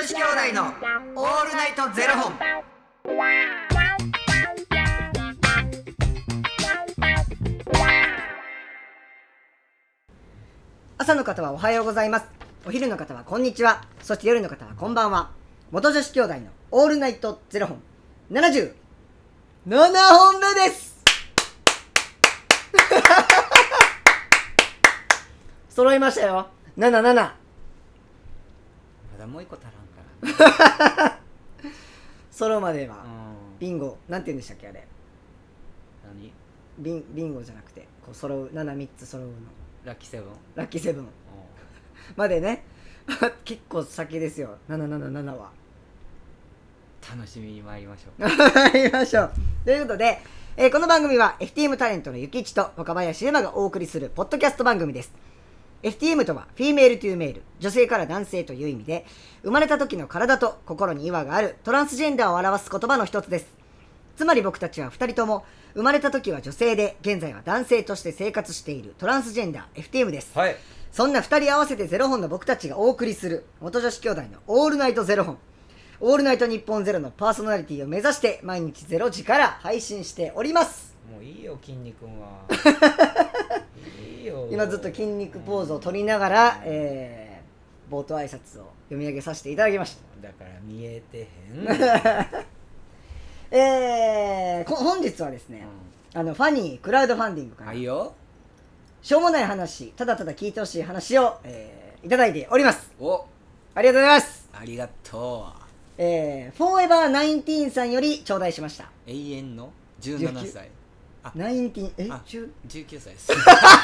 子兄弟のオールナイトゼロ本。 朝の方はおはようございます。お昼の方はこんにちは。そして夜の方はこんばんは。元女子兄弟のオールナイトゼロ本77本目です揃いましたよ。77。 まだもう一個足らんから揃うまではうんビンゴ、なんて言うんでしたっけあれ。 何ビンゴじゃなくてこう揃う、3つ揃うのラッキーセブンラッキーセブンまでね結構先ですよ。777は楽しみに参りましょう。 参りましょう。ということで、この番組は FTM タレントのゆきちと若林エマがお送りするポッドキャスト番組です。 FTM とはフィメールトゥーメール、女性から男性という意味で、生まれた時の体と心に違和があるトランスジェンダーを表す言葉の一つです。つまり僕たちは2人とも生まれた時は女性で現在は男性として生活しているトランスジェンダー FTM です。 はい。 そんな2人合わせてゼロ本の僕たちがお送りする元女子兄弟のオールナイトゼロ本、オールナイト日本ゼロのパーソナリティを目指して毎日0時から配信しております。 もういいよ筋肉はいいよ。 今ずっと筋肉ポーズを取りながら、冒頭挨拶を読み上げさせていただきました。 だから見えてへん本日はですね、ファニークラウドファンディングから、 はいよ。 しょうもない話、ただただ聞いてほしい話を、いただいております。 お、 ありがとうございます。 ありがとフォーエバー19さんより頂戴しました。 う。永遠の17歳。あ、 19、 あ 10 19歳です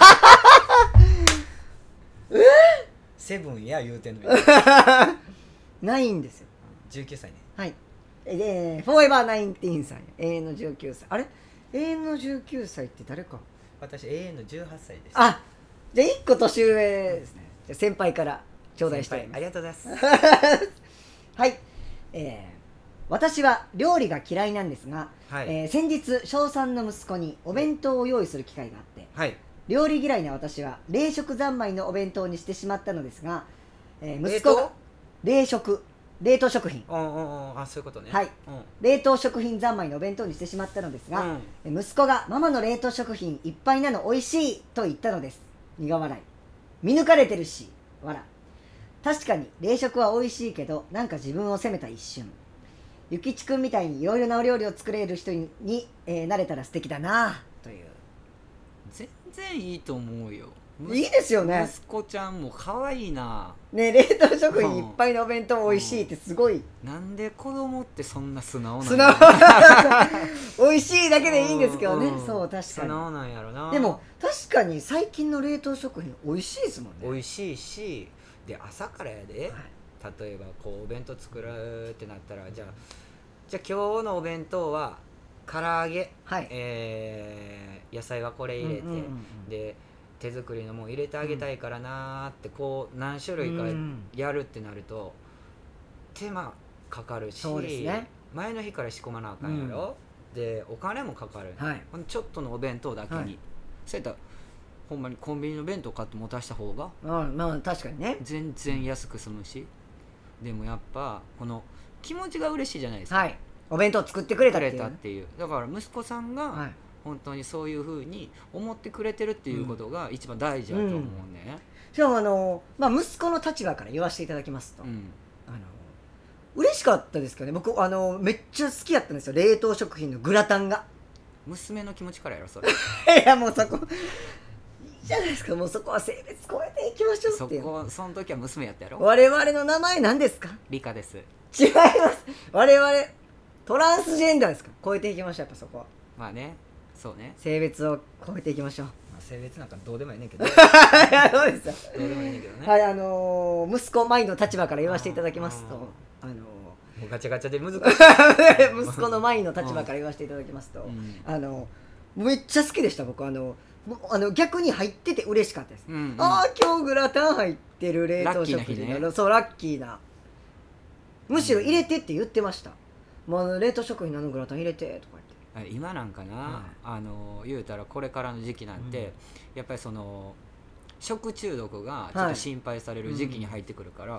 セブンや言うてんのにないんですよ。 19歳ね。 はい。フォーエバー19さん、永遠の19歳。あれ、永遠の19歳って誰か。 私永遠の18歳です。 あ、じゃあ1個年上ですね。じゃあ先輩から頂戴しております。 ありがとうございますはい。私は料理が嫌いなんですが、 はい、 先日小3の息子にお弁当を用意する機会があって、 はい、 料理嫌いな私は冷食三昧のお弁当にしてしまったのですが、息子が冷凍食品、 あ、そういうことね。 はい、冷凍食品三昧のお弁当にしてしまったのですが、息子がママの冷凍食品いっぱいなのおいしいと言ったのです。苦笑い。見抜かれてるし笑。確かに冷食は美味しいけど、なんか自分を責めた一瞬。ゆきちくんみたいにいろいろなお料理を作れる人に、なれたら素敵だなという。 全然いいと思うよ。 いいですよね。 息子ちゃんも可愛いな。 ね、冷凍食品いっぱいのお弁当美味しいってすごい。 なんで子供ってそんな素直なの？ 素直美味しいだけでいいんですけどね。そう、確かに素直なんやろな。 でも確かに最近の冷凍食品美味しいですもんね。 美味しいし、で朝からやで、はい、例えばこうお弁当作るってなったら、じゃあ今日のお弁当は唐揚げ、はい、野菜はこれ入れて、で手作りのもん入れてあげたいからなーって、こう何種類かやるってなると手間かかるし、そうですね、前の日から仕込まなあかんやろ、でお金もかかる、はい、ちょっとのお弁当だけに、はい、そうやったらほんまにコンビニの弁当買って持たした方が、 まあ確かにね、 全然安く済むし、でもやっぱこの気持ちが嬉しいじゃないですか、 はい、お弁当作ってくれたっていう、だから息子さんが本当にそういう風に思ってくれてるっていうことが一番大事だと思うね。 しかも息子の立場から言わせていただきますと、嬉しかったですけどね。僕めっちゃ好きやったんですよ、冷凍食品のグラタンが。 娘の気持ちからやろそれいやもうそこいいじゃないですか。もうそこは性別超えていきましょうっていう。 その時は娘やったやろ。 我々の名前何ですか？ リカです。 違います。我々トランスジェンダーですか？超えていきましょう。やっぱそこはまあね、そうね、 性別を超えていきましょう。 性別なんかどうでもいいねんけどいやそうですよ、 どうでもいいねんけどね。 はい、息子マイの立場から言わせていただきますと、もうガチャガチャで難しい息子のマイの立場から言わせていただきますと、めっちゃ好きでした僕。逆に入ってて嬉しかったです、ああ今日グラタン入ってる冷凍食品、ね、そうラッキーな、むしろ入れてって言ってました、冷凍食品のグラタン入れてとか言って。 今なんかな、言うたらこれからの時期なんて、やっぱりその食中毒がちょっと心配される時期に入ってくるから、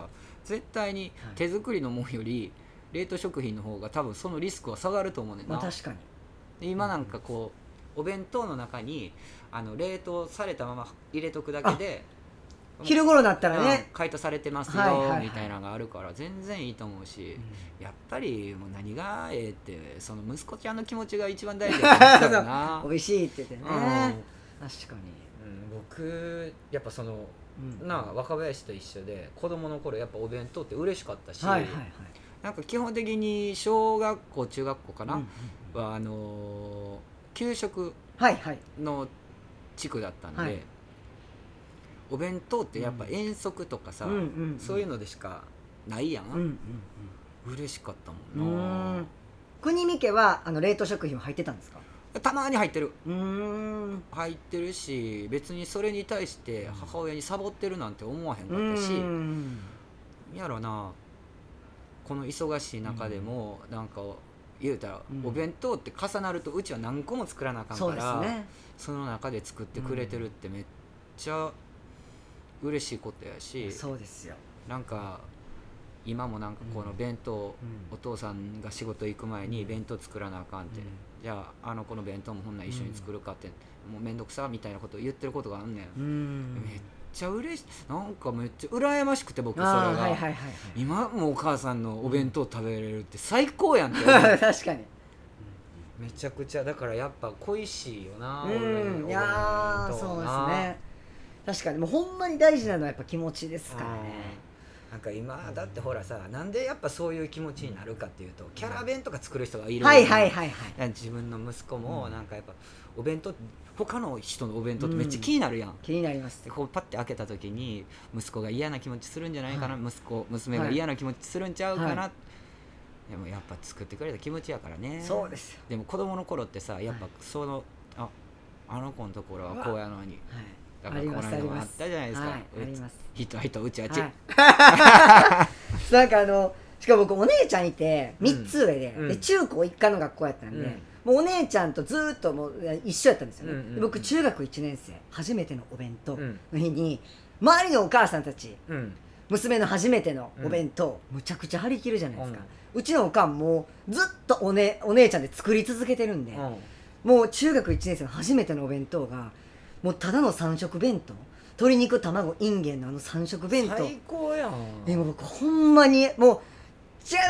絶対に手作りのもんより冷凍食品の方が多分そのリスクは下がると思うねんな、 確かに。 で今なんかこうお弁当の中に冷凍されたまま入れとくだけで昼頃になったらね、 解凍されてますよみたいなのがあるから全然いいと思うし、やっぱりもう何がええってその息子ちゃんの気持ちが一番大事だと思うからな美味しいって言ってね、確かに、 僕やっぱその、若林と一緒で子供の頃やっぱお弁当って嬉しかったし、なんか基本的に小学校中学校かな、は給食の地区だったんで、お弁当ってやっぱ遠足とかさ、そういうのでしかないやん、嬉しかったもんな。 国見家は冷凍食品は入ってたんですか？ たまに入ってる、入ってるし、別にそれに対して母親にサボってるなんて思わへんかったし、やろな、この忙しい中でもなんか言うたら、お弁当って重なるとうちは何個も作らなあかんから、その中で作ってくれてるってめっちゃ嬉しいことやし、 そうですよ。 なんか今もなんかこの弁当、お父さんが仕事行く前に弁当作らなあかんって、じゃあこの弁当もほんなら一緒に作るかって、もうめんどくさみたいなことを言ってることがあんねん、めっちゃ嬉しい、なんかめっちゃ羨ましくて、僕それが、今もお母さんのお弁当食べれるって最高やんって確かにめちゃくちゃだからやっぱ恋しいよな。 いやそうですね、確かにもうほんまに大事なのはやっぱ気持ちですからね。 なんか今だってほらさ、なんでやっぱそういう気持ちになるかっていうと、キャラ弁とか作る人がいる、自分の息子もなんかやっぱお弁当、他の人のお弁当ってめっちゃ気になるやん、 気になります。 でこうパッて開けた時に息子が嫌な気持ちするんじゃないかな、娘が嫌な気持ちするんちゃうかな、でもやっぱ作ってくれた気持ちやからね。 そうですよ。 でも子供の頃ってさ、やっぱその、あの子のところはこうやのに、だからこの間もあったじゃないですか、うちあっち、 なんかしかも僕お姉ちゃんいて3つ上で、中高一貫の学校やったんで、もうお姉ちゃんとずっともう一緒やったんですよね、僕中学1年生初めてのお弁当の日に、周りのお母さんたち、娘の初めてのお弁当、むちゃくちゃ張り切るじゃないですか、うちのおかんもずっとお姉ちゃんで作り続けてるんで、もう中学1年生の初めてのお弁当がもうただの3色弁当、鶏肉卵インゲンの3色弁当、 最高やん。 でも僕ほんまにもう違います、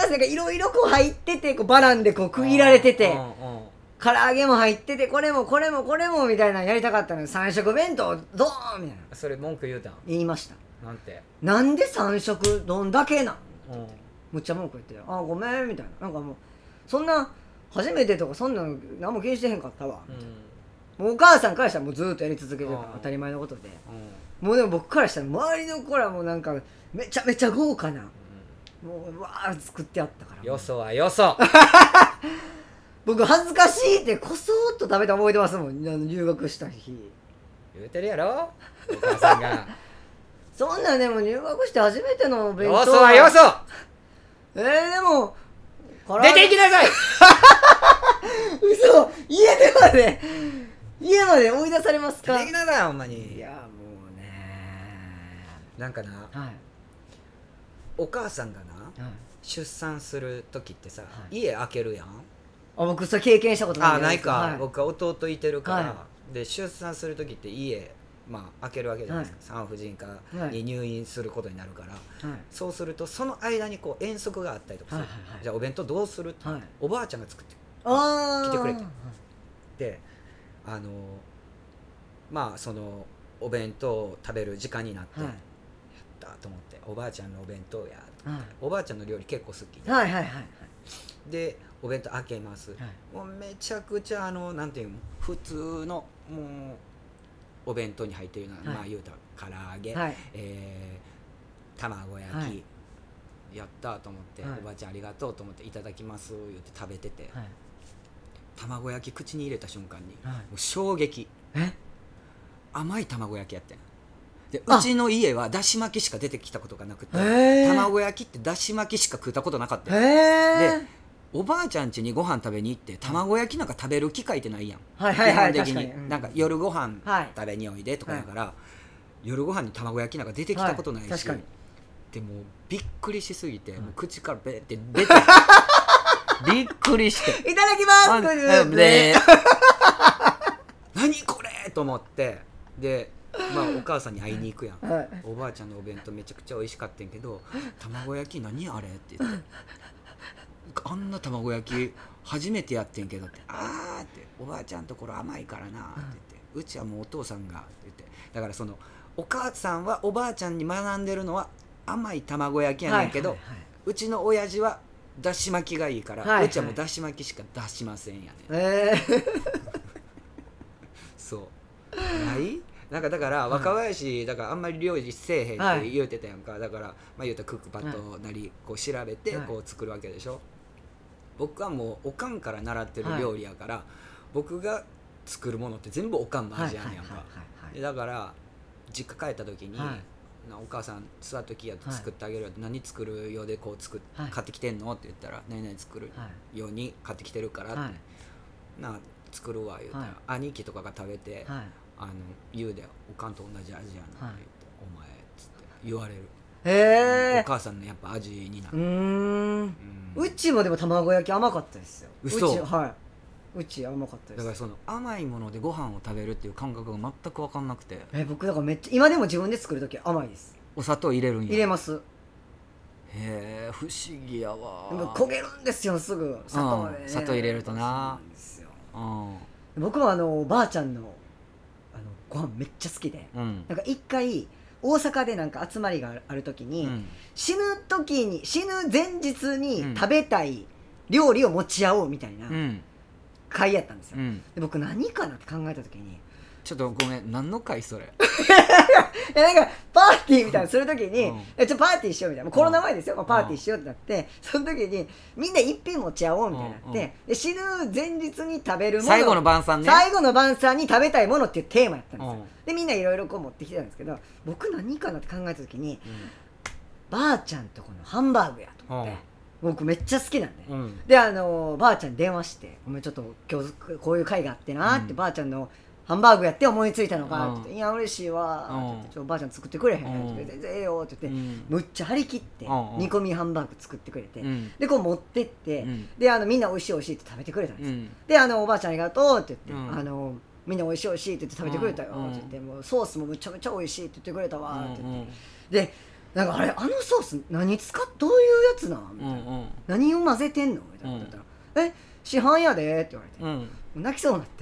なんかいろいろこう入ってて、こうバランでこう区切られてて、唐揚げも入ってて、これもこれもこれもみたいなのやりたかったのに、3色弁当ドーンみたいな。 それ文句言うたん？ 言いました。 なんて？ なんで3色どんだけなん？むっちゃ文句言って、ごめんみたいな、なんかもうそんな初めてとかそんなの何も気にしてへんかったわ、もうお母さんからしたらもうずっとやり続けてるから当たり前のことで、もうでも僕からしたら周りの子らもうなんかめちゃめちゃ豪華な、もうわー作ってあったから、 よそはよそ僕恥ずかしいってこそーっと食べた覚えてますもん、留学した日言うてるやろお母さんがそんなでも入学して初めての弁当よそはよそでも出て行きなさい嘘、家まで追い出されますか？ 出て行きなさい、ほんまに。 いやもうね、 なんかな、お母さんがな、出産する時ってさ、家開けるやん。 僕それ経験したことない。 ないか、僕は弟いてるから、で出産する時って家開けるわけじゃないですか、産婦人科に入院することになるから、そうするとその間にこう遠足があったりとかする、じゃあお弁当どうするって、おばあちゃんが作って来てくれて、でそのお弁当を食べる時間になって、やったと思って、おばあちゃんのお弁当やと思って、おばあちゃんの料理結構好きで、お弁当開けます、もうめちゃくちゃなんていうの、普通のもうお弁当に入ってるような、言うたら唐揚げ、卵焼き、やったと思って、おばあちゃんありがとうと思っていただきます言って食べてて、卵焼き口に入れた瞬間に、もう衝撃、甘い卵焼きやってんで、うちの家はだし巻きしか出てきたことがなくて、卵焼きってだし巻きしか食ったことなかった、でおばあちゃん家にご飯食べに行って卵焼きなんか食べる機会ってないやん、基本的になんか夜ご飯食べにおいでとかだから、夜ご飯に卵焼きなんか出てきたことないし、 でもびっくりしすぎて、もう口からベーって出てびっくりしていただきますで何これと思って、でまあお母さんに会いに行くやん、はい、おばあちゃんのお弁当めちゃくちゃ美味しかったんけど卵焼き何あれって言ってあんな卵焼き初めてやってんけどってあーっておばあちゃんところ甘いからなって言って、うちはもうお父さんがって言って、だからそのお母さんはおばあちゃんに学んでるのは甘い卵焼きやねんけど、はいはいはい、うちの親父はだし巻きがいいから、はいはい、うちはもうだし巻きしか出しませんやねん、そうないなんかだから若林だからあんまり料理せえへんって言うてたやんか、だからまあ言うたらクックパッドなりこう調べてこう作るわけでしょ。僕はもうおかんから習ってる料理やから、僕が作るものって全部おかんの味やねんか。だから実家帰った時にお母さん座っときやと作ってあげるよ、何作るようでこう買ってきてんのって言ったら何々作るように買ってきてるからってな作るわ言うたら、兄貴とかが食べて言うでおかんと同じ味やなって言って、お前っつって言われる。お母さんのやっぱ味になる。 うちもでも卵焼き甘かったですよ。 嘘。 はい、うち甘かったです。 だからその甘いものでご飯を食べるっていう感覚が全く分かんなくて、 僕だからめっちゃ今でも自分で作るとき甘いです。 お砂糖入れるんや。 入れます。 へえ、不思議やわ。 焦げるんですよすぐ砂糖で、ね、 砂糖入れるとな。そうなんですよ。僕もおばあちゃんのご飯めっちゃ好きで、なんか一回大阪でなんか集まりがある時に、死ぬ前日に食べたい料理を持ち合おうみたいな会やったんですよ、で僕何かなって考えた時に、 ちょっとごめん、何の会それなんかパーティーみたいなする時に、ちょっとパーティーしようみたいな、コロナ前ですよ、パーティーしようってなって、その時にみんな一品持ち合おうみたいになって、で死ぬ前日に食べるもの、 最後の晩餐ね、 最後の晩餐に食べたいものっていうテーマやったんですよ。でみんないろいろこう持ってきてたんですけど、僕何かなって考えた時に、ばあちゃんとこのハンバーグやと思って、僕めっちゃ好きなんで、でばあちゃんに電話して「ごめんちょっと今日こういう会があってな」って、ばあちゃんのハンバーグやって思いついたのかって言って「いや嬉しいわ」って言って「ばあちゃん作ってくれへん」って言って「全然ええよ」って言ってむっちゃ張り切って煮込みハンバーグ作ってくれて、でこう持ってってでみんな美味しい美味しいって食べてくれたんです。でおばあちゃんありがとうって言ってみんな美味しい美味しいって言って食べてくれたよって言って、もうソースもめちゃめちゃ美味しいって言ってくれたわって言って、でなんかあれソース何どういうやつなんみたいな、何を混ぜてんのみたいなこと言ったら市販やでって言われて、泣きそうになって、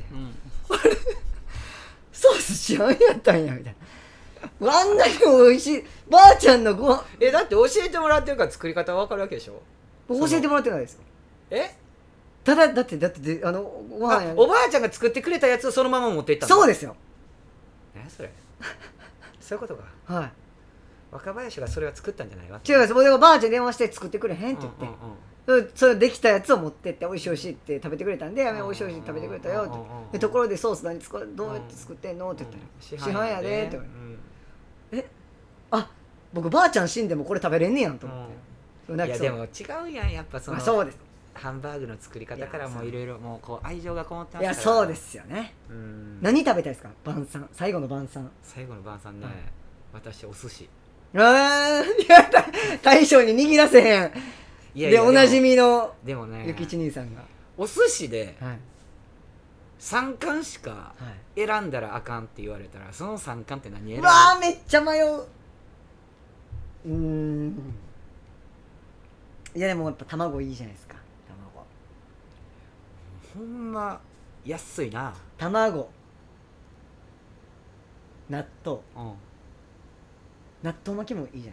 ソース市販やったんやみたいな、あんなに美味しいばあちゃんのご飯だって教えてもらってるから作り方わかるわけでしょ。 教えてもらってないですよ。だってご飯やおばあちゃんが作ってくれたやつをそのまま持っていったの。 そうですよ。 何それそういうことか。 はい、 若林がそれは作ったんじゃないわ。 違います。僕ばあちゃん電話して作ってくれへんって言って、それできたやつを持ってって美味しい美味しいって食べてくれたんで、美味しい美味しい食べてくれたよって、でところでソースどうやって作ってんのって言ったら、市販やでって言われて、僕ばあちゃん死んでもこれ食べれんねやんと思って、 いやでも違うやん、やっぱそのそうです、 ハンバーグの作り方からもいろいろもうこう愛情がこもってますから。 いやそうですよね。何食べたいですか、晩餐、最後の晩餐。 最後の晩餐ね、私お寿司。 いや大将に握らせへんでおなじみのでもね、 ゆきち兄さんがお寿司で3貫しか選んだらあかんって言われたら、その3貫って何選ぶ？ うわーめっちゃ迷う。いやでもやっぱ卵いいじゃないですか。 ほんま安いな。 卵、納豆、納豆巻きもいいじゃない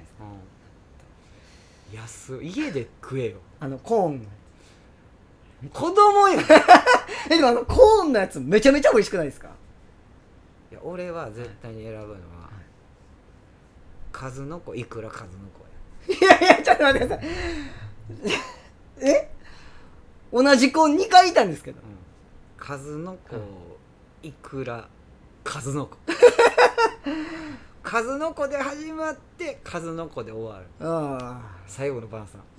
ですか。 安い。家で食えよ。 コーン子供やんでもコーンのやつめちゃめちゃ美味しくないですか。 いや俺は絶対に選ぶのは、数の子、いくら数の子や。いやちょっと待ってください同じ子2回いたんですけど、 数の子、いくら数の子数の子で始まって数の子で終わる。最後の晩餐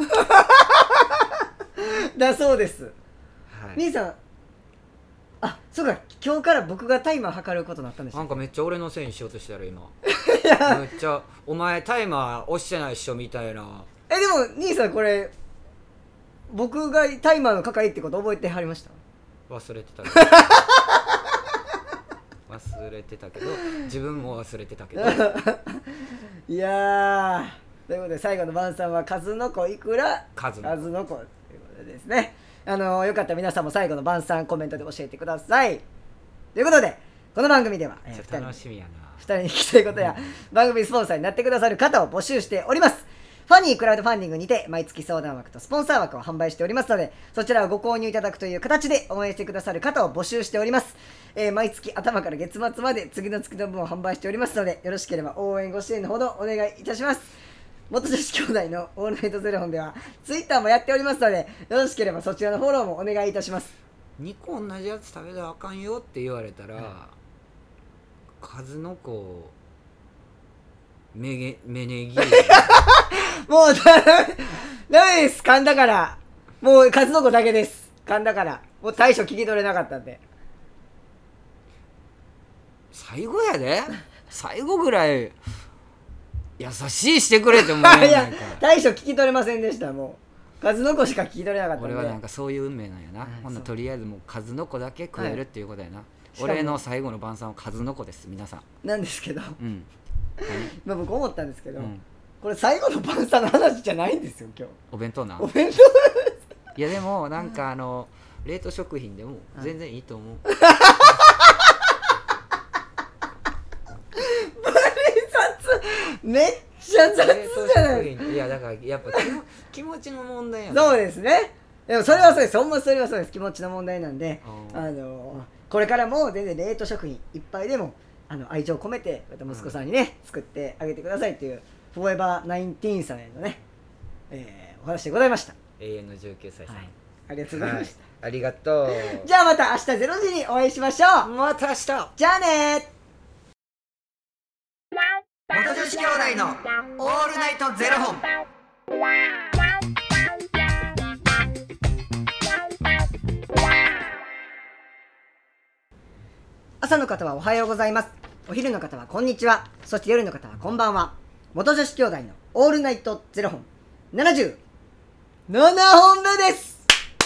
だそうです。兄さん、そうか、今日から僕がタイマー測ることになったんでしょ。 なんかめっちゃ俺のせいにしようとしてたら今めっちゃお前タイマー押してないっしょみたいな。 でも兄さんこれ僕がタイマーの係ってこと覚えてはりました？ 忘れてたけど忘れてたけど自分も忘れてたけどいやー、ということで最後の晩餐は数の子いくら数の子ということでですね、よかったら皆さんも最後の晩餐コメントで教えてください。ということでこの番組では、 楽しみやな。 2人に聞きたいことや、番組スポンサーになってくださる方を募集しております。ファニークラウドファンディングにて毎月相談枠とスポンサー枠を販売しておりますので、そちらをご購入いただくという形で応援してくださる方を募集しております。毎月頭から月末まで次の月の分を販売しておりますので、よろしければ応援ご支援のほどお願いいたします。元女子兄弟のオールナイトゼロ本ではツイッターもやっておりますので、よろしければそちらのフォローもお願いいたします。 2個同じやつ食べたらあかんよって言われたら、数の子メネギもうダメです。噛んだから。もう数の子だけです。噛んだから。もう対処聞き取れなかったんで。 最後やで。最後ぐらい優しいしてくれって思うやんか。いや、 対処聞き取れませんでした。もう数の子しか聞き取れなかったんで。 俺はなんかそういう運命なんやな。ほんなとりあえずもう数の子だけ食えるっていうことやな。俺の最後の晩餐は数の子です皆さん。 なんですけど。 うん。 まあ僕思ったんですけど、これ最後の晩餐の話じゃないんですよ今日。 お弁当な。 お弁当いやでもなんか冷凍食品でも全然いいと思う。 めっちゃ雑じゃない。 いやだからやっぱ気持ちの問題やね。 そうですね。でもそれはそうです。ほんまそれはそうです。気持ちの問題なんで、これからも全然冷凍食品いっぱいでも愛情込めて息子さんにね、作ってあげてくださいっていうフォーエバー19さんへのね、お話でございました。 永遠の19歳さん、 ありがとうございました、 ありがとう。 じゃあまた明日0時にお会いしましょう。 また明日。 じゃあね元女子兄弟のオールナイトゼロ本。 朝の方はおはようございます。お昼の方はこんにちは。そして夜の方はこんばんは。元女子兄弟のオールナイトゼロ本77本目です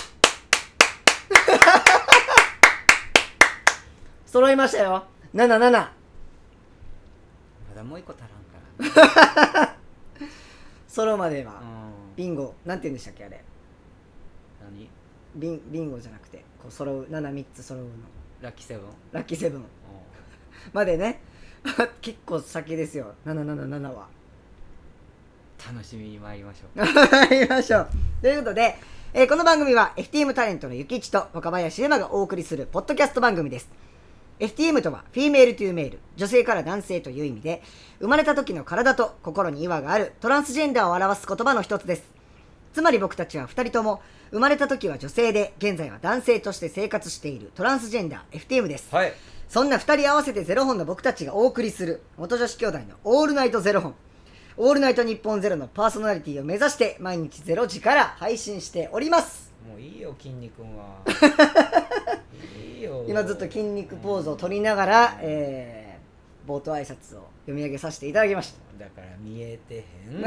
揃いましたよ。77。まだもう一個足らんから揃うまでは、ビンゴなんて言うんでしたっけあれ。 何？ ビンゴじゃなくてこう揃う3つ揃うの。 ラッキーセブン。 ラッキーセブンまでね結構先ですよ。777は。 楽しみに参りましょう。 参りましょう。ということで、この番組は FTM タレントのゆきちと若林エマがお送りするポッドキャスト番組です。FTM とはフィメールトゥーメール、女性から男性という意味で、生まれた時の体と心に違和があるトランスジェンダーを表す言葉の一つです。つまり僕たちは2人とも生まれた時は女性で現在は男性として生活しているトランスジェンダー FTM です、 はい、 そんな2人合わせてゼロ本の僕たちがお送りする元女子兄弟のオールナイトゼロ本、オールナイト日本ゼロのパーソナリティを目指して毎日0時から配信しております。 もういいよ筋肉は。いいよ。 今ずっと筋肉ポーズを取りながら、冒頭挨拶を読み上げさせていただきました。 だから見えて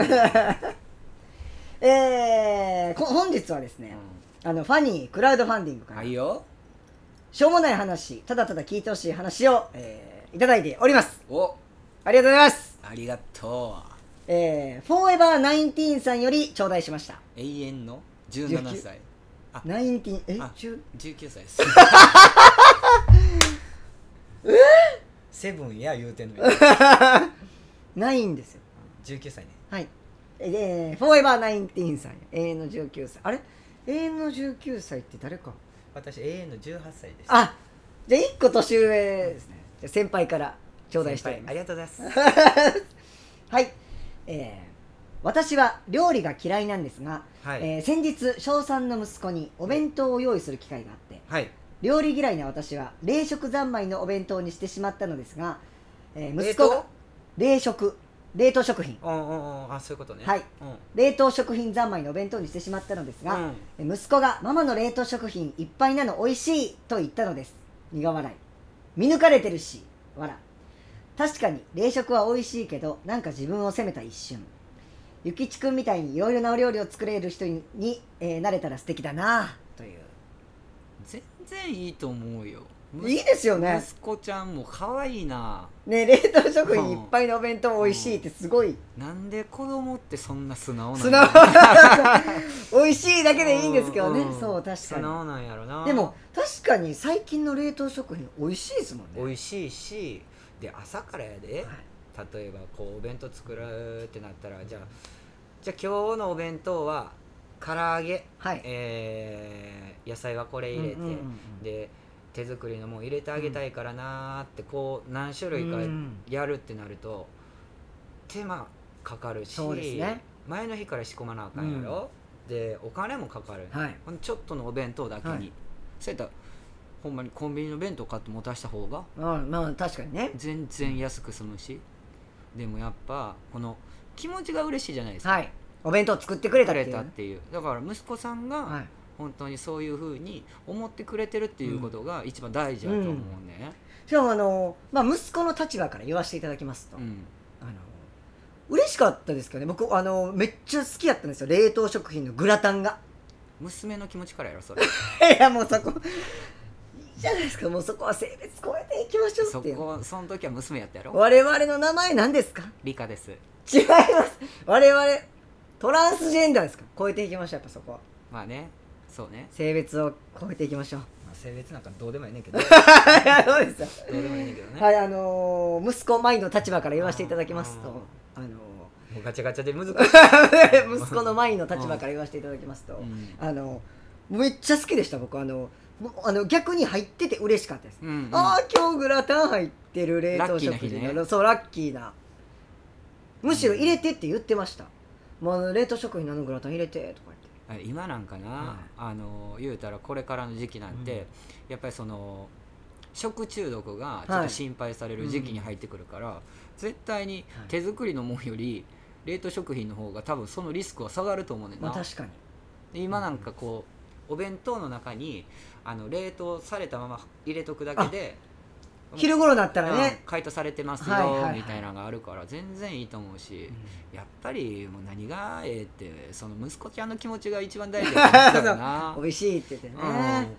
へん。 本日はですね、ファニークラウドファンディングから、 いいよ、 しょうもない話、ただただ聞いてほしい話を、いただいております。 お、 ありがとうございます。 ありがとう。 フォーエバー19さんより頂戴しました。 永遠の17歳。 あ、19、 19歳です。セブンや言うてんのよ。 ないんですよ。 19歳ね。 はい。フォーエバー19さん、永遠の19歳。あれ、永遠の19歳って誰か。 私永遠の18歳です。 あ、じゃあ1個年上ですね。じゃあ先輩から頂戴しております。 ありがとうございます。 はい。私は料理が嫌いなんですが、はい、先日小3の息子にお弁当を用意する機会があって、はい、料理嫌いな私は冷食三昧のお弁当にしてしまったのですが、息子が冷凍食品、 あ、そういうことね、 はい、冷凍食品三昧のお弁当にしてしまったのですが、息子がママの冷凍食品いっぱいなのおいしいと言ったのです。苦笑い。見抜かれてるし笑。 確かに冷食は美味しいけどなんか自分を責めた一瞬。ゆきちくんみたいにいろいろなお料理を作れる人に、なれたら素敵だなという。 全然いいと思うよ。 いいですよね。 息子ちゃんも可愛いな。 ね、冷凍食品いっぱいのお弁当美味しいってすごい。 なんで子供ってそんな素直なの？ 素直美味しいだけでいいんですけどね。そう確かに素直なんやろな。 でも確かに最近の冷凍食品美味しいですもんね。 美味しいし、で朝からやで、はい、例えばこうお弁当作るってなったらじゃあ今日のお弁当は唐揚げ、はい、野菜はこれ入れて、で手作りのもん入れてあげたいからなーってこう何種類かやるってなると手間かかるし、そうですね、前の日から仕込まなあかんやろ、でお金もかかる、はい、ちょっとのお弁当だけに、はい、そうやったらほんまにコンビニの弁当買って持たした方がまあ確かにね全然安く済むし、でもやっぱこの気持ちが嬉しいじゃないですか、はい、 お弁当作ってくれたっていう、 だから息子さんが本当にそういう風に思ってくれてるっていうことが一番大事だと思うね、 しかも息子の立場から言わせていただきますと、嬉しかったですけどね。僕めっちゃ好きやったんですよ、冷凍食品のグラタンが。 娘の気持ちからやろそれいやもうそこいいじゃないですか、もうそこは性別超えていきましょうっていう。 その時は娘やったやろ。 我々の名前何ですか？ リカです。 違います、我々トランスジェンダーですか？超えていきましょう、やっぱそこは。 まあね、そうね、 性別を超えていきましょう。 性別なんかどうでもいいねんけどそうですよ、 どうでもいいねんけどね。 はい、息子マインの立場から言わせていただきますと、もうガチャガチャで難しい息子のマインの立場から言わせていただきますと、めっちゃ好きでした僕。逆に入ってて嬉しかったです、今日グラタン入ってる冷凍食品、ね、そうラッキーな、むしろ入れてって言ってました、冷凍食品のグラタン入れてとか言って。 今なんかな、言うたらこれからの時期なんて、やっぱりその食中毒がちょっと心配される時期に入ってくるから、絶対に手作りのもんより冷凍食品の方が多分そのリスクは下がると思うねんな、 確かに。 今なんかこうお弁当の中に冷凍されたまま入れとくだけで昼頃だったらね解凍されてますよみたいなのがあるから全然いいと思うし、やっぱりもう何がってその息子ちゃんの気持ちが一番大事だからな美味しいって言ってね、確かに、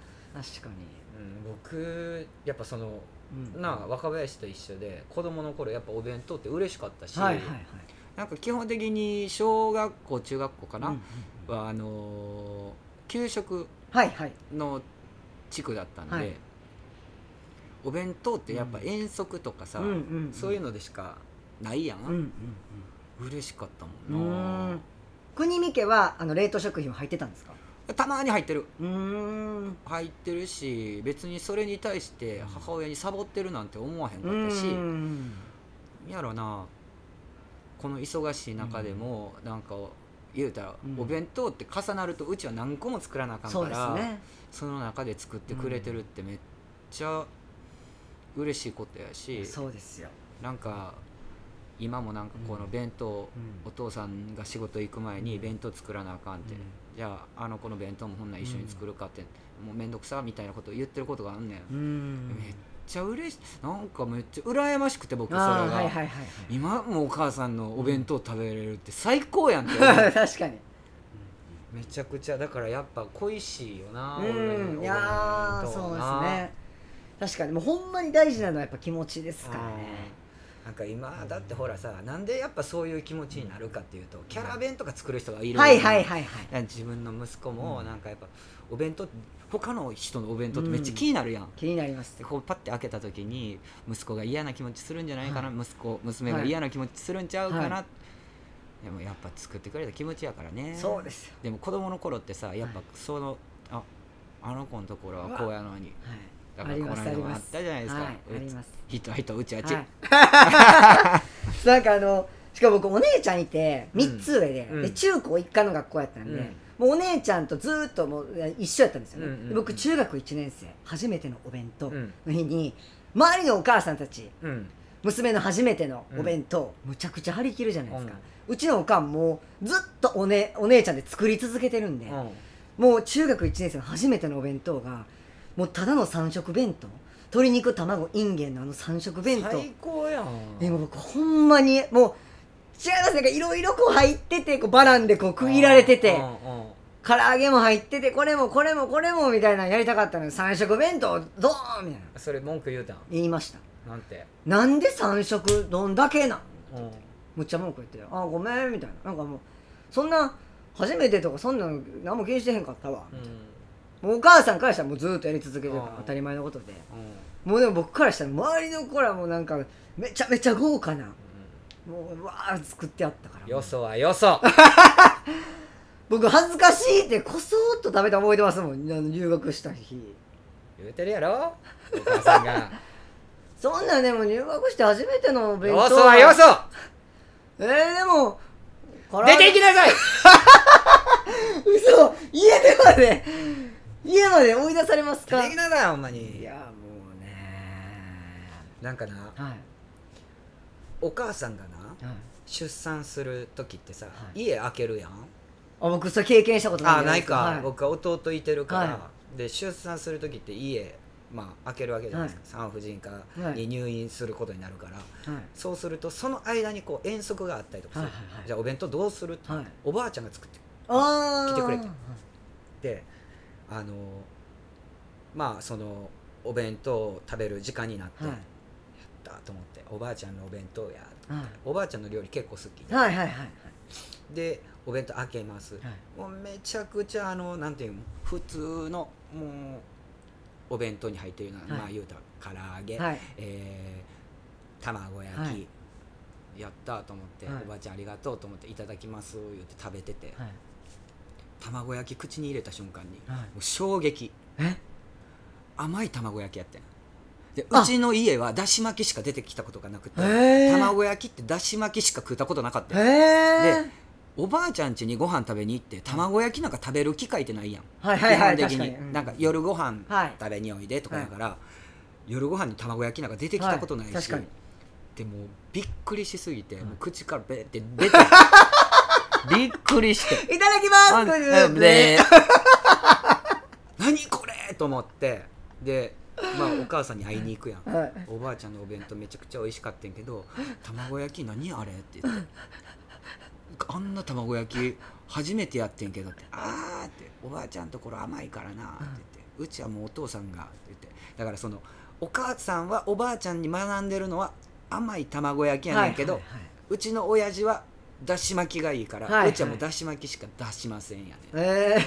僕やっぱその、若林と一緒で子供の頃やっぱお弁当って嬉しかったし、なんか基本的に小学校中学校かな、は給食の地区だったんで、お弁当ってやっぱ遠足とかさ、そういうのでしかないやん、嬉しかったもんな。 国見家は冷凍食品は入ってたんですか？ たまに入ってる、入ってるし、別にそれに対して母親にサボってるなんて思わへんかったし、やろな、この忙しい中でもなんか言うたら、お弁当って重なるとうちは何個も作らなあかんから、その中で作ってくれてるってめっちゃ嬉しいことやし、 そうですよ。 なんか今もなんかこの弁当、お父さんが仕事行く前に弁当作らなあかんって、じゃあこの弁当もほんなら一緒に作るかって、もうめんどくさみたいなことを言ってることがあんねん、めっちゃ嬉しい、なんかめっちゃ羨ましくて、僕それが、今もお母さんのお弁当食べれるって最高やんって確かに、 めちゃくちゃだからやっぱ恋しいよな、 いやそうですね、確かにもうほんまに大事なのはやっぱ気持ちですからね。 なんか今だってほらさ、なんでやっぱそういう気持ちになるかっていうと、キャラ弁とか作る人がいる、自分の息子もなんかやっぱお弁当、他の人のお弁当ってめっちゃ気になるやん、 気になります。 でこうパッて開けた時に息子が嫌な気持ちするんじゃないかな、娘が嫌な気持ちするんちゃうかな、でもやっぱ作ってくれた気持ちやからね。 そうです。 でも子供の頃ってさ、やっぱそのあの子のところはこうやのに、だからこの間もあったじゃないですか、うちあっち、 なんかしかも僕お姉ちゃんいて3つ上で、中高一貫の学校やったんで、もうお姉ちゃんとずっともう一緒やったんですよね、僕中学1年生初めてのお弁当の日に、周りのお母さんたち、娘の初めてのお弁当、むちゃくちゃ張り切るじゃないですか、うちのおかんもずっとお姉ちゃんで作り続けてるんで、もう中学1年生の初めてのお弁当がもうただの3食弁当、 鶏肉卵インゲンの3色弁当、 最高やん。 でも僕ほんまにもう違います、なんかいろいろこう入ってて、こうバランでこう区切られてて、唐揚げも入ってて、これもこれもこれもみたいなのやりたかったのに、3色弁当ドーンみたいな。 それ文句言うたん？ 言いました。 なんて？ なんで3色どんだけなん？ うんむっちゃ文句言って、あごめんみたいな、なんかもうそんな初めてとかそんなの何も気にしてへんかったわ、もうお母さんからしたらもうずっとやり続けてるから当たり前のことで、もうでも僕からしたら周りの子らもうなんかめちゃめちゃ豪華な、もうわー作ってあったから、 よそはよそ僕恥ずかしいってこそっと食べた覚えてますもん、留学した日言うてるやろお母さんがそんなでも入学して初めての弁当よそはよそでも出て行きなさい嘘、家まで追い出されますか？ 出て行きなさいほんまに。 いやもうねなんかな、 はい、 お母さんがな、 はい、 出産する時ってさ、 はい、 家開けるやん。 僕それ経験したことないんで。 ないか、 はい、 僕は弟いてるから、 はい、 で出産する時って家開けるわけじゃないですか、産婦人科に入院することになるから、はい、そうするとその間にこう遠足があったりとかする、はいはいはい、じゃあお弁当どうするって、はい、おばあちゃんが作って来てくれて、でそのお弁当を食べる時間になって、はい、やったと思っておばあちゃんのお弁当や、はい、おばあちゃんの料理結構好きで、はいはいはいはい、でお弁当開けます、はい、もうめちゃくちゃなんていうの普通のもうお弁当に入ってるような、はい、言うたら唐揚げ、はい、卵焼き、はい、やったと思って、はい、おばあちゃんありがとうと思っていただきます言って食べてて、はい、卵焼き口に入れた瞬間に、はい、もう衝撃、甘い卵焼きやってんで、うちの家はだし巻きしか出てきたことがなくて、卵焼きってだし巻きしか食ったことなかった、でおばあちゃん家にご飯食べに行って卵焼きなんか食べる機会ってないやん、はいはいはい、基本的になんか夜ご飯食べにおいでとかだから、はい、夜ご飯に卵焼きなんか出てきたことないし、はい、確かにでもびっくりしすぎて、もう口からベーって出てびっくりしていただきますで何これと思って、でお母さんに会いに行くやん、はい、おばあちゃんのお弁当めちゃくちゃ美味しかったんけど卵焼き何あれって言ってあんな卵焼き初めてやってんけどってあーっておばあちゃんところ甘いからなって言って、うちはもうお父さんがって言って、だからそのお母さんはおばあちゃんに学んでるのは甘い卵焼きやねんけど、はいはいはい、うちの親父はだし巻きがいいから、はいはい、うちはもうだし巻きしか出しませんやねん、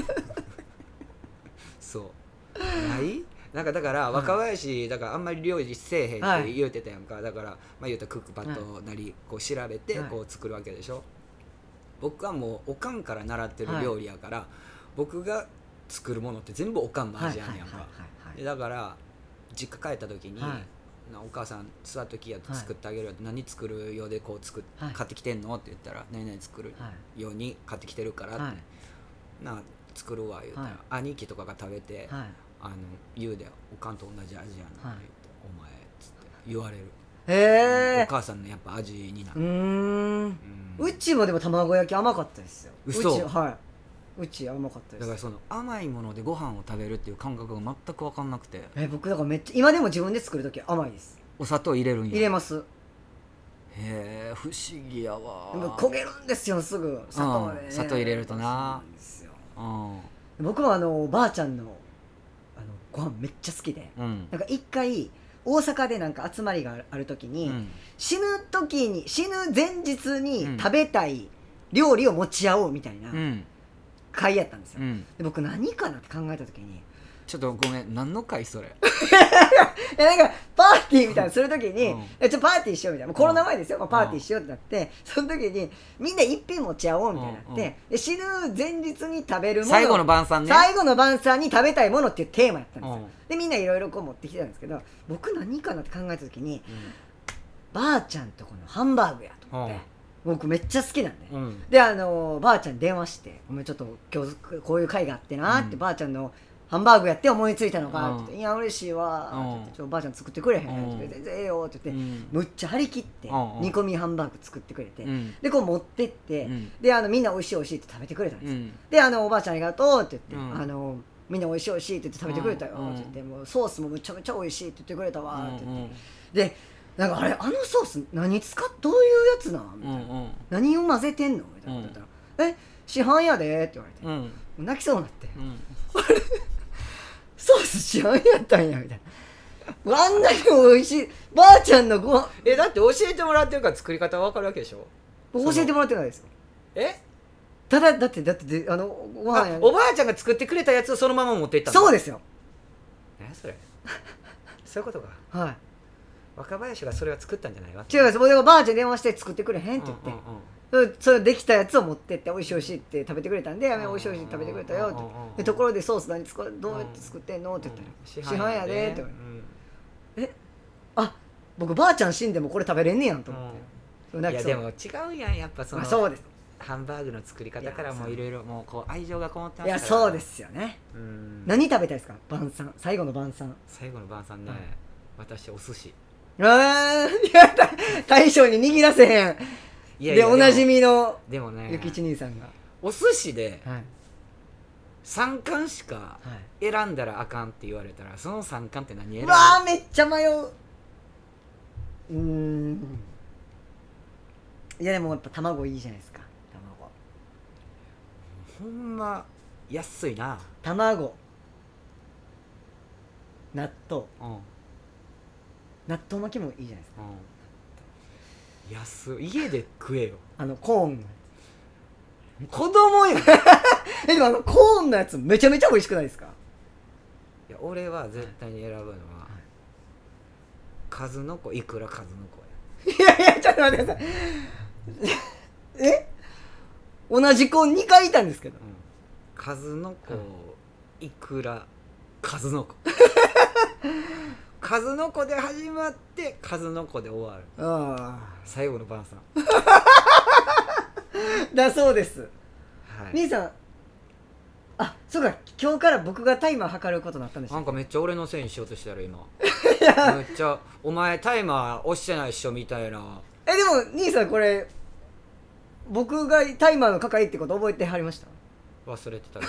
そうないなんかだから若林だからあんまり料理せえへんって言うてたやんか、だから言うたらクックパッドなりこう調べてこう作るわけでしょ、僕はもうおかんから習ってる料理やから、はい、僕が作るものって全部おかんの味やねんか、だから実家帰った時に、はい、お母さん座っときやと作ってあげるよって、はい、何作るようでこうはい、買ってきてんのって言ったら何々作るように買ってきてるからって、はい、作るわ言うたら、はい、兄貴とかが食べて、はい、言うでおかんと同じ味やなって言って、はい、お前っつって言われる、お母さんのやっぱ味になる。うちもでも卵焼き甘かったですよ。 嘘。はい、うち甘かったです。 だからその甘いものでご飯を食べるっていう感覚が全く分かんなくて、 僕だからめっちゃ今でも自分で作るとき甘いです。 お砂糖入れるんや。 入れます。 へえ不思議やわ。 焦げるんですよすぐ砂糖で、ね、 砂糖入れるとな。そうなんですよ。僕もおばあちゃんのご飯めっちゃ好きで、なんか一回大阪でなんか集まりがある時に、死ぬ前日に食べたい料理を持ち合おうみたいな会やったんですよ、で僕何かなって考えた時に、 ちょっとごめん何の会それなんかパーティーみたいなする時に、ちょっとパーティーしようみたいな、コロナ前ですよ、パーティーしようってなって、その時にみんな一品持ち合おうみたいになって、で死ぬ前日に食べるもの、 最後の晩餐ね、 最後の晩餐に食べたいものっていうテーマやったんですよ、でみんないろいろこう持ってきてたんですけど、僕何かなって考えた時に、ばあちゃんとこのハンバーグやと思って、僕めっちゃ好きなんで、でばあちゃんに電話して「ごめんちょっと今日こういう会があってな」って、ばあちゃんのハンバーグやって思いついたのかって言って「いや嬉しいわ」って「ばあちゃん作ってくれへん」って言って「全然ええよ」って言ってむっちゃ張り切って煮込みハンバーグ作ってくれて、でこう持ってって、でみんな美味しい美味しいって食べてくれたんです、でおばあちゃんありがとうって言って、 みんな美味しい美味しいって言って食べてくれたよって言って、もうソースもめちゃめちゃ美味しいって言ってくれたわって言って、でなんかあれあのソースどういうやつなんみたいな、何を混ぜてんのみたいなこと言ったら、市販やでって言われて、泣きそうになって、ソース市販やったんやみたいな、あんなに美味しいばあちゃんのご飯だって教えてもらってるから作り方わかるわけでしょ。 教えてもらってないですよ。だってご飯やおばあちゃんが作ってくれたやつをそのまま持っていったの。そうですよ。 何それそういうことか。 はい。 若林がそれは作ったんじゃないわ。 違います。僕がばあちゃんに電話して作ってくれへんって言って、それできたやつを持ってって美味しい美味しいって食べてくれたんで、美味しい美味しい食べてくれたよって、ところでソースどうやって作ってんのって言ったら、市販やでって言われて、僕ばあちゃん死んでもこれ食べれんねやんと思って。 いやでも違うやん、やっぱそのそうです。 ハンバーグの作り方からもいろいろもうこう愛情がこもってますから。 いやそうですよね。何食べたいですか、晩餐、最後の晩餐。 最後の晩餐ね、私お寿司。 いや大将に握らせへんでおなじみのでもね、 ゆきち兄さんがお寿司で3貫しか選んだらあかんって言われたら、その3貫って何選ぶ？ わあめっちゃ迷う。いやでもやっぱ卵いいじゃないですか。 ほんま安いな。 卵、納豆、納豆巻きもいいじゃないですか。 安い。家で食えよ。 コーン子供よでもコーンのやつめちゃめちゃ美味しくないですか。 いや俺は絶対に選ぶのは、数の子、いくら数の子や。いやちょっと待ってください同じ子2回いたんですけど、 数の子、いくら数の子数の子で始まって数の子で終わる。最後の晩餐だそうです。兄さん、そうか、今日から僕がタイマー測ることになったんでしょ。 なんかめっちゃ俺のせいにしようとしてたら今めっちゃお前タイマー押してないっしょみたいな。 でも兄さんこれ僕がタイマーの係ってこと覚えてはりました？ 忘れてた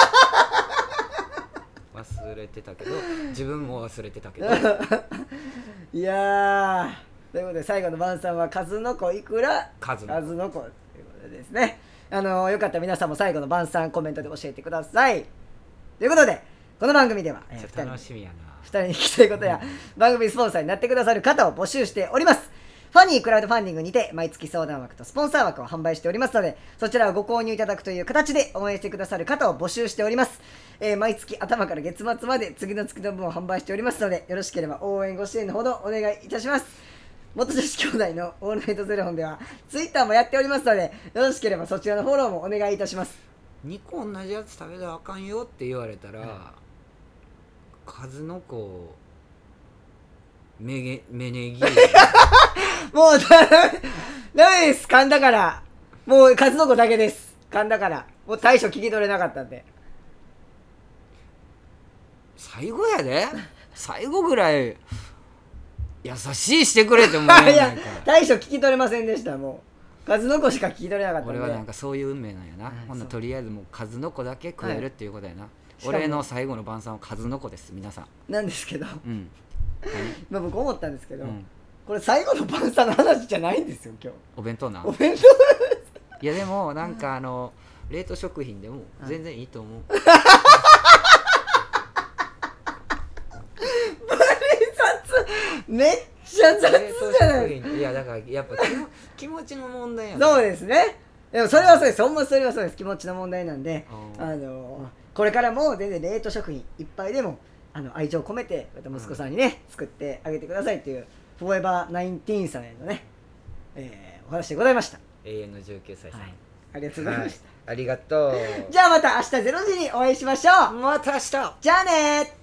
けど自分も忘れてたけどいやということで最後の晩餐は数の子いくら数の子ということでですね、よかったら皆さんも最後の晩餐コメントで教えてください。ということでこの番組では楽しみやな。 2人に聞きたいことや番組スポンサーになってくださる方を募集しております。ファニークラウドファンディングにて毎月相談枠とスポンサー枠を販売しておりますので、そちらをご購入いただくという形で応援してくださる方を募集しております。毎月頭から月末まで次の月の分を販売しておりますので、よろしければ応援ご支援のほどお願いいたします。元女子兄弟のオールナイトゼロ本ではツイッターもやっておりますので、よろしければそちらのフォローもお願いいたします。 2個同じやつ食べたらあかんよって言われたら、数の子メネギもうダメです。噛んだからもう数の子だけです。噛んだからもう対処聞き取れなかったんで。 最後やで最後ぐらい優しいしてくれって思うやんかいや対処聞き取れませんでした。もう数の子しか聞き取れなかったんで。 俺はなんかそういう運命なんやな。ほんなとりあえずもう数の子だけ食えるっていうことやな。俺の最後の晩餐は数の子です皆さん。 なんですけど、僕思ったんですけど、これ最後の晩餐の話じゃないんですよ今日。 お弁当な。 お弁当いやでもなんか冷凍食品でも全然いいと思う。 めっちゃ雑じゃない。 いやだからやっぱ気持ちの問題やね。 そうですね。でもそれはそうです。ほんまそれはそうです。気持ちの問題なんで、これからも全然冷凍食品いっぱいでも愛情込めてまた息子さんにね、作ってあげてくださいっていうフォーエバー19さんへのね、お話でございました。 永遠の19歳さん、 ありがとうございました。 ありがとう。 じゃあまた明日0時にお会いしましょう。 また明日。 じゃあねー。